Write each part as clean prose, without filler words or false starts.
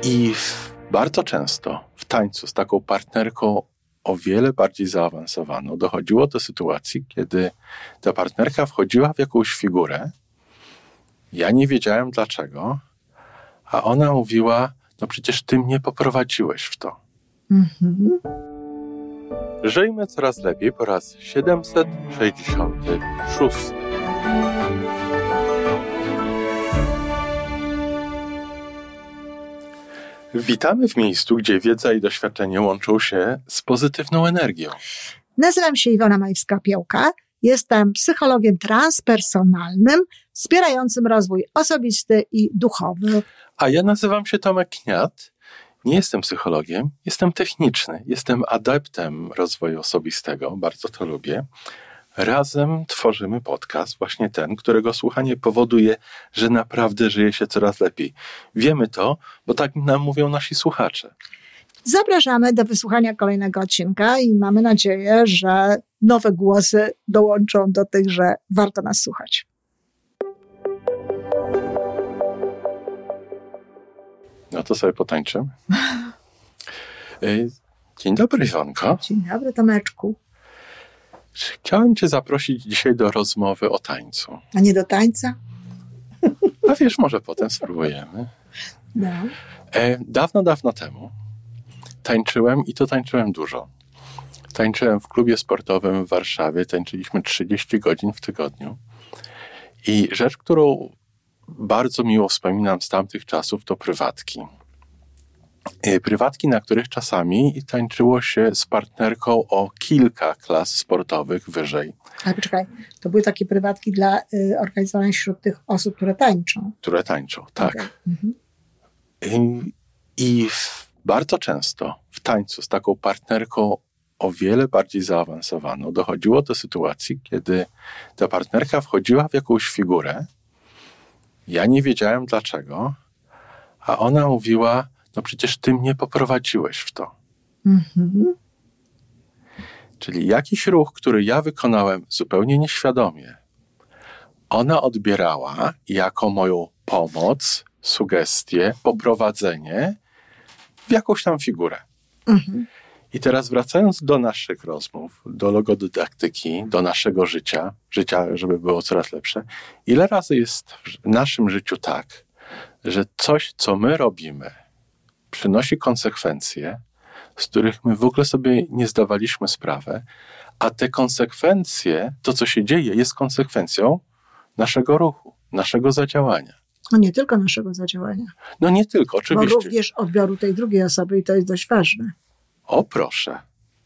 Bardzo często w tańcu z taką partnerką o wiele bardziej zaawansowaną dochodziło do sytuacji, kiedy ta partnerka wchodziła w jakąś figurę, ja nie wiedziałem dlaczego, a ona mówiła, no przecież ty mnie poprowadziłeś w to. Żyjmy coraz lepiej po raz 766. Witamy w miejscu, gdzie wiedza i doświadczenie łączą się z pozytywną energią. Nazywam się Iwona Majewska-Piołka. Jestem psychologiem transpersonalnym, wspierającym rozwój osobisty i duchowy. A ja nazywam się Tomek Kniat. Nie jestem psychologiem, jestem techniczny. Jestem adeptem rozwoju osobistego, bardzo to lubię. Razem tworzymy podcast, właśnie ten, którego słuchanie powoduje, że naprawdę żyje się coraz lepiej. Wiemy to, bo tak nam mówią nasi słuchacze. Zapraszamy do wysłuchania kolejnego odcinka i mamy nadzieję, że nowe głosy dołączą do tych, że warto nas słuchać. No to sobie potańczymy. Dzień dobry, Iwonko. Dzień dobry, Tomeczku. Chciałem cię zaprosić dzisiaj do rozmowy o tańcu. A nie do tańca? A wiesz, może potem spróbujemy. No. Dawno temu tańczyłem i to tańczyłem dużo. Tańczyłem w klubie sportowym w Warszawie, tańczyliśmy 30 godzin w tygodniu. I rzecz, którą bardzo miło wspominam z tamtych czasów, to prywatki. Prywatki, na których czasami tańczyło się z partnerką o kilka klas sportowych wyżej. Ale poczekaj, to były takie prywatki organizowane wśród tych osób, które tańczą. Które tańczą, tak. Okay. Bardzo często w tańcu z taką partnerką o wiele bardziej zaawansowaną dochodziło do sytuacji, kiedy ta partnerka wchodziła w jakąś figurę, ja nie wiedziałem dlaczego, a ona mówiła, no przecież ty mnie poprowadziłeś w to. Czyli jakiś ruch, który ja wykonałem zupełnie nieświadomie, ona odbierała jako moją pomoc, sugestię, poprowadzenie w jakąś tam figurę. I teraz wracając do naszych rozmów, do logodydaktyki, do naszego życia, żeby było coraz lepsze, ile razy jest w naszym życiu tak, że coś, co my robimy, przynosi konsekwencje, z których my w ogóle sobie nie zdawaliśmy sprawy, a te konsekwencje, to co się dzieje, jest konsekwencją naszego ruchu, naszego zadziałania. No nie tylko naszego zadziałania. No nie tylko, oczywiście. Bo również odbioru tej drugiej osoby i to jest dość ważne. O proszę.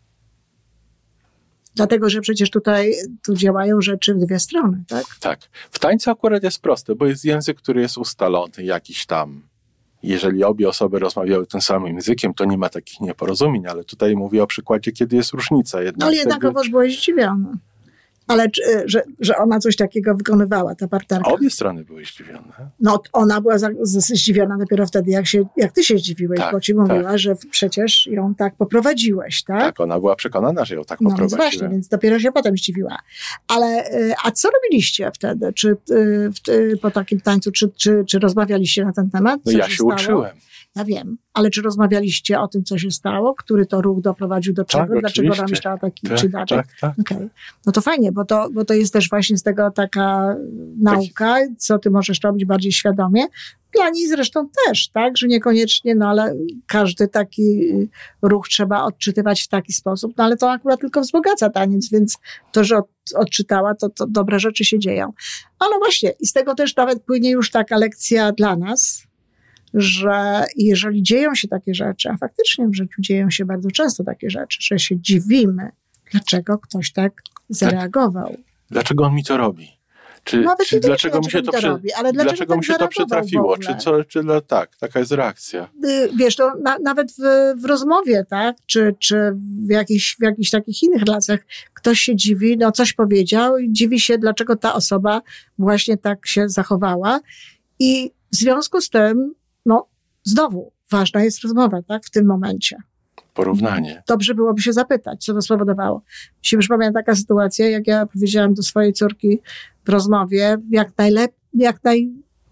Dlatego, że przecież tu działają rzeczy w dwie strony, tak? Tak. W tańcu akurat jest proste, bo jest język, który jest ustalony, jakiś tam. Jeżeli obie osoby rozmawiały tym samym językiem, to nie ma takich nieporozumień, ale tutaj mówię o przykładzie, kiedy jest różnica. Ale jednakowoż byłeś zdziwiony. Ale że ona coś takiego wykonywała, ta partnerka. Obie strony były zdziwione. No ona była zdziwiona dopiero wtedy, jak ty się zdziwiłeś, tak, bo ci mówiła, że przecież ją tak poprowadziłeś, tak? Tak, ona była przekonana, że ją tak poprowadziłem. No właśnie, więc dopiero się potem zdziwiła. Ale, a co robiliście wtedy? Czy po takim tańcu, czy rozmawialiście na ten temat? No ja się uczyłem. Ja wiem, ale czy rozmawialiście o tym, co się stało? Który to ruch doprowadził do czego? Tak, dlaczego ona myślała taki czy inaczej? Tak. Okay. No to fajnie, bo to jest też właśnie z tego taka nauka, co ty możesz robić bardziej świadomie. Dla niej zresztą też, tak? Że niekoniecznie, no ale każdy taki ruch trzeba odczytywać w taki sposób, no ale to akurat tylko wzbogaca taniec, więc to, że odczytała, to dobre rzeczy się dzieją. A no właśnie, i z tego też nawet płynie już taka lekcja dla nas, że jeżeli dzieją się takie rzeczy, a faktycznie w życiu dzieją się bardzo często takie rzeczy, że się dziwimy, dlaczego ktoś tak zareagował. Dlaczego on mi to robi? Czy dlaczego mi się dlaczego mi się to przytrafiło? Taka jest reakcja. Wiesz, to nawet w rozmowie, tak? Czy w jakichś takich innych relacjach ktoś się dziwi, no coś powiedział i dziwi się, dlaczego ta osoba właśnie tak się zachowała. I w związku z tym, no znowu, ważna jest rozmowa, tak? W tym momencie. Porównanie. Dobrze byłoby się zapytać, co to spowodowało. Mi się przypomina taka sytuacja, jak ja powiedziałam do swojej córki w rozmowie, jak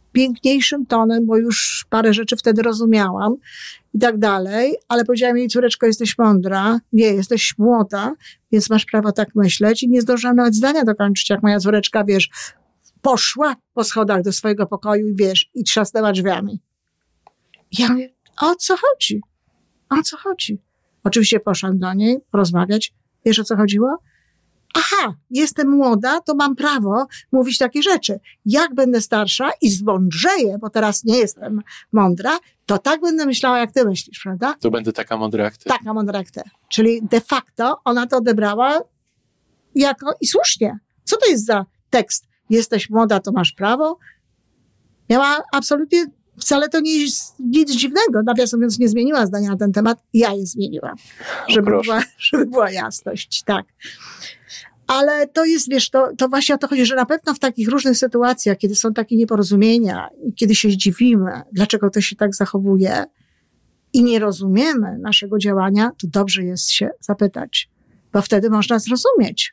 piękniejszym tonem, bo już parę rzeczy wtedy rozumiałam i tak dalej, ale powiedziałam jej: córeczko, jesteś mądra, nie, jesteś młoda, więc masz prawo tak myśleć, i nie zdążyłam nawet zdania dokończyć, jak moja córeczka, wiesz, poszła po schodach do swojego pokoju i wiesz, i trzasnęła drzwiami. I ja mówię: o co chodzi? O co chodzi? Oczywiście poszłam do niej porozmawiać. Wiesz, o co chodziło? Aha, jestem młoda, to mam prawo mówić takie rzeczy. Jak będę starsza i zmądrzeję, bo teraz nie jestem mądra, to tak będę myślała, jak ty myślisz, prawda? To będę taka mądra jak ty. Taka mądra jak ty. Czyli de facto ona to odebrała jako, i słusznie. Co to jest za tekst? Jesteś młoda, to masz prawo? Miała absolutnie, wcale to nie jest nic dziwnego. Nawiasem mówiąc, nie zmieniła zdania na ten temat. Ja je zmieniłam. Żeby była jasność, tak. Ale to jest, wiesz, to właśnie o to chodzi, że na pewno w takich różnych sytuacjach, kiedy są takie nieporozumienia, kiedy się zdziwimy, dlaczego to się tak zachowuje i nie rozumiemy naszego działania, to dobrze jest się zapytać, bo wtedy można zrozumieć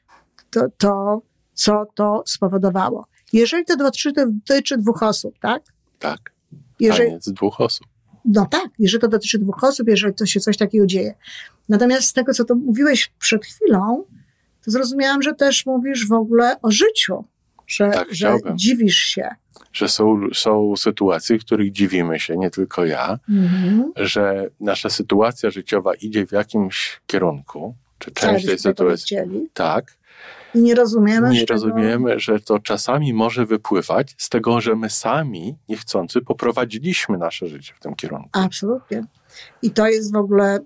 co to spowodowało. Jeżeli to dotyczy dwóch osób, tak? Tak. Jeżeli, z dwóch osób. No tak, jeżeli to dotyczy dwóch osób, jeżeli to się coś takiego dzieje. Natomiast z tego, co to mówiłeś przed chwilą, to zrozumiałam, że też mówisz w ogóle o życiu, że dziwisz się. Że są sytuacje, w których dziwimy się, nie tylko ja, że nasza sytuacja życiowa idzie w jakimś kierunku, czy część tej sytuacji. Tak. I nie rozumiemy, że to czasami może wypływać z tego, że my sami niechcący poprowadziliśmy nasze życie w tym kierunku. Absolutnie. I to jest w ogóle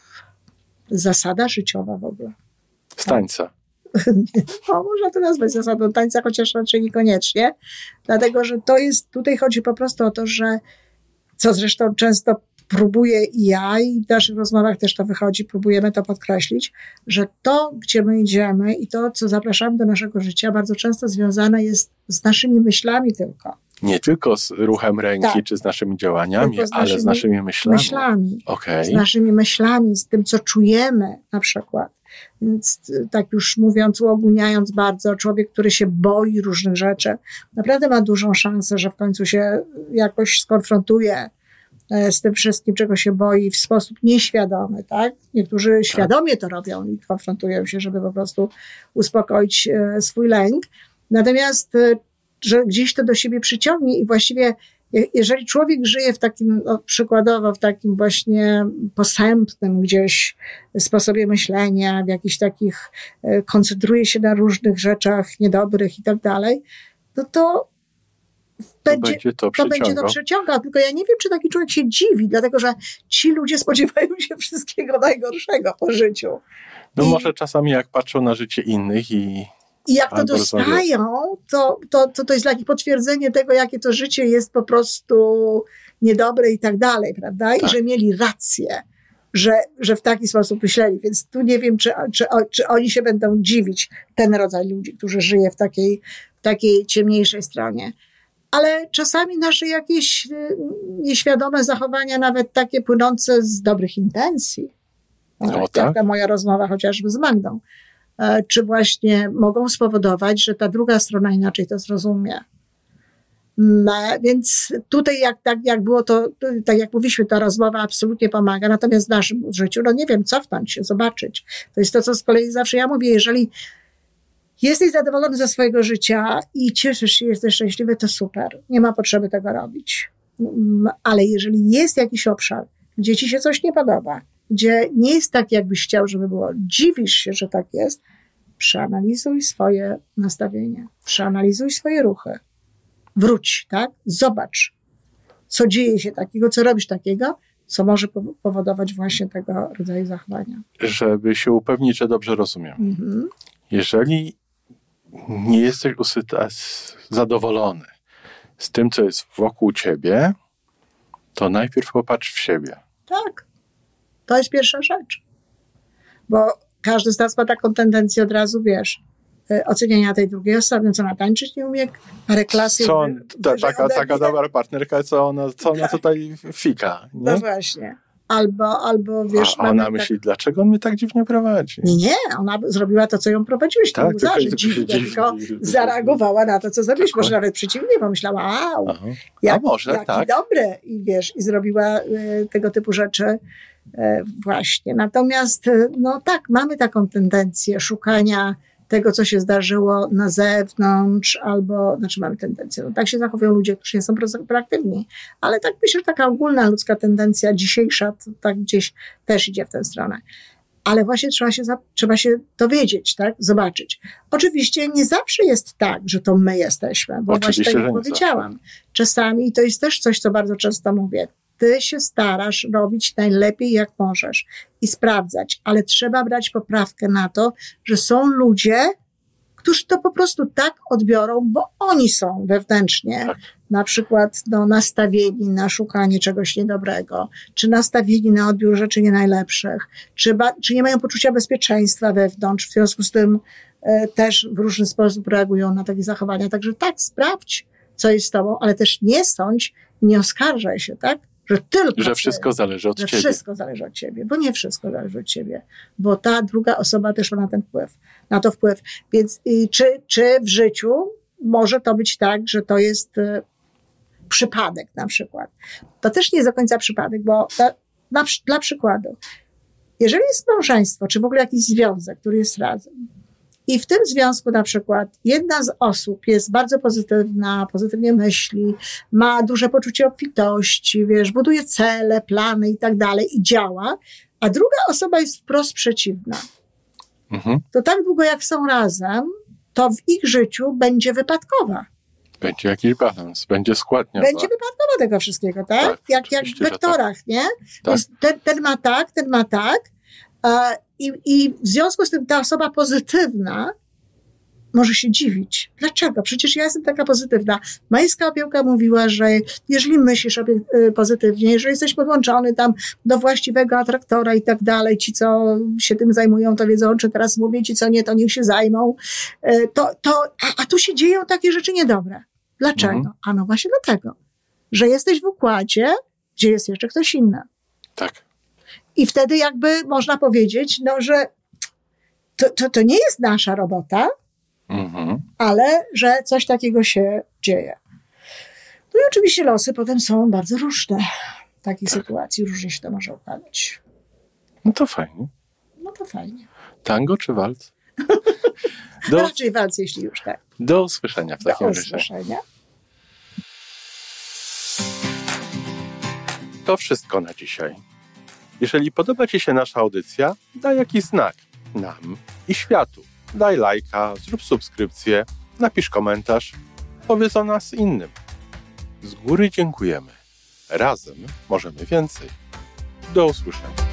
zasada życiowa w ogóle. Z tańca. Można to nazwać zasadą tańca, chociaż raczej niekoniecznie. Dlatego, że to jest, tutaj chodzi po prostu o to, że co zresztą często próbuję i ja, i w naszych rozmowach też to wychodzi, próbujemy to podkreślić, że to, gdzie my idziemy i to, co zapraszamy do naszego życia, bardzo często związane jest z naszymi myślami tylko. Nie tylko z ruchem ręki, czy z naszymi działaniami, ale z naszymi myślami. Okay. Z naszymi myślami, z tym, co czujemy na przykład. Więc tak już mówiąc, uogólniając bardzo, człowiek, który się boi różnych rzeczy, naprawdę ma dużą szansę, że w końcu się jakoś skonfrontuje z tym wszystkim, czego się boi w sposób nieświadomy, tak? Niektórzy świadomie to robią i konfrontują się, żeby po prostu uspokoić swój lęk. Natomiast, że gdzieś to do siebie przyciągnie i właściwie jeżeli człowiek żyje w takim, przykładowo w takim właśnie posępnym gdzieś sposobie myślenia, w jakichś takich, koncentruje się na różnych rzeczach niedobrych i tak dalej, no to będzie to przeciągał. Tylko ja nie wiem, czy taki człowiek się dziwi, dlatego że ci ludzie spodziewają się wszystkiego najgorszego po życiu. No może czasami jak patrzą na życie innych i jak to dostają, to jest takie potwierdzenie tego, jakie to życie jest po prostu niedobre i tak dalej, prawda? I że mieli rację, że w taki sposób myśleli. Więc tu nie wiem, czy oni się będą dziwić, ten rodzaj ludzi, którzy żyje w takiej ciemniejszej stronie. Ale czasami nasze jakieś nieświadome zachowania, nawet takie płynące z dobrych intencji, taka moja rozmowa chociażby z Magdą, czy właśnie mogą spowodować, że ta druga strona inaczej to zrozumie. Więc tutaj jak było to, tak jak mówiliśmy, ta rozmowa absolutnie pomaga, natomiast w naszym życiu, no nie wiem, cofnąć się, zobaczyć. To jest to, co z kolei zawsze ja mówię, jeżeli jesteś zadowolony ze swojego życia i cieszysz się, jesteś szczęśliwy, to super. Nie ma potrzeby tego robić. Ale jeżeli jest jakiś obszar, gdzie ci się coś nie podoba, gdzie nie jest tak, jakbyś chciał, żeby było, dziwisz się, że tak jest, przeanalizuj swoje nastawienie, przeanalizuj swoje ruchy. Wróć, tak? Zobacz, co dzieje się takiego, co robisz takiego, co może powodować właśnie tego rodzaju zachowania. Żeby się upewnić, że dobrze rozumiem. Jeżeli nie jesteś zadowolony z tym, co jest wokół ciebie, to najpierw popatrz w siebie. Tak. To jest pierwsza rzecz. Bo każdy z nas ma taką tendencję od razu, wiesz, oceniania tej drugiej osoby, co ona tańczyć nie umie, parę klasy. Taka dobra partnerka, co ona tutaj fika. Nie? No właśnie. albo wiesz... A ona myśli, dlaczego on mnie tak dziwnie prowadzi? Nie, ona zrobiła to, co ją prowadziłeś. Tak, tylko zareagowała na to, co zrobiłeś. Może nawet przeciwnie, pomyślała, jaki dobry. I wiesz, i zrobiła tego typu rzeczy właśnie. Natomiast, no tak, mamy taką tendencję szukania tego, co się zdarzyło na zewnątrz, mamy tendencję. No, tak się zachowują ludzie, którzy nie są proaktywni. Ale tak myślę, że taka ogólna ludzka tendencja dzisiejsza, to tak gdzieś też idzie w tę stronę. Ale właśnie trzeba się dowiedzieć, tak? Zobaczyć. Oczywiście nie zawsze jest tak, że to my jesteśmy, bo oczywiście, właśnie tak jak powiedziałam. Czasami to jest też coś, co bardzo często mówię. Ty się starasz robić najlepiej, jak możesz i sprawdzać, ale trzeba brać poprawkę na to, że są ludzie, którzy to po prostu tak odbiorą, bo oni są wewnętrznie na przykład nastawieni na szukanie czegoś niedobrego, czy nastawieni na odbiór rzeczy nie najlepszych, czy nie mają poczucia bezpieczeństwa wewnątrz, w związku z tym też w różny sposób reagują na takie zachowania. Także tak, sprawdź, co jest z tobą, ale też nie sądź, nie oskarżaj się, tak? Że wszystko zależy od ciebie. Że wszystko zależy od ciebie, bo nie wszystko zależy od ciebie, bo ta druga osoba też ma na to wpływ. Więc czy w życiu może to być tak, że to jest przypadek na przykład. To też nie jest do końca przypadek, bo dla przykładu, jeżeli jest małżeństwo, czy w ogóle jakiś związek, który jest razem, i w tym związku na przykład jedna z osób jest bardzo pozytywna, pozytywnie myśli, ma duże poczucie obfitości, wiesz, buduje cele, plany i tak dalej i działa, a druga osoba jest wprost przeciwna. To tak długo jak są razem, to w ich życiu będzie wypadkowa. Będzie jakiś balans, będzie składniowa. Będzie wypadkowa tego wszystkiego, tak? Jak w wektorach, tak. Nie? Tak. Ten ma tak, I w związku z tym ta osoba pozytywna może się dziwić. Dlaczego? Przecież ja jestem taka pozytywna. Majska Opiełka mówiła, że jeżeli myślisz pozytywnie, jeżeli jesteś podłączony tam do właściwego atraktora i tak dalej, ci, co się tym zajmują, to wiedzą, czy teraz mówię, ci, co nie, to niech się zajmą. A tu się dzieją takie rzeczy niedobre. Dlaczego? A no właśnie dlatego, że jesteś w układzie, gdzie jest jeszcze ktoś inny. Tak. I wtedy jakby można powiedzieć, że to nie jest nasza robota, ale że coś takiego się dzieje. No i oczywiście losy potem są bardzo różne. W takiej sytuacji różnie się to może układać. No to fajnie. Tango czy walc? Raczej walc, jeśli już tak. Do usłyszenia w takim razie. Do usłyszenia. To wszystko na dzisiaj. Jeżeli podoba ci się nasza audycja, daj jakiś znak nam i światu. Daj lajka, zrób subskrypcję, napisz komentarz, powiedz o nas innym. Z góry dziękujemy. Razem możemy więcej. Do usłyszenia.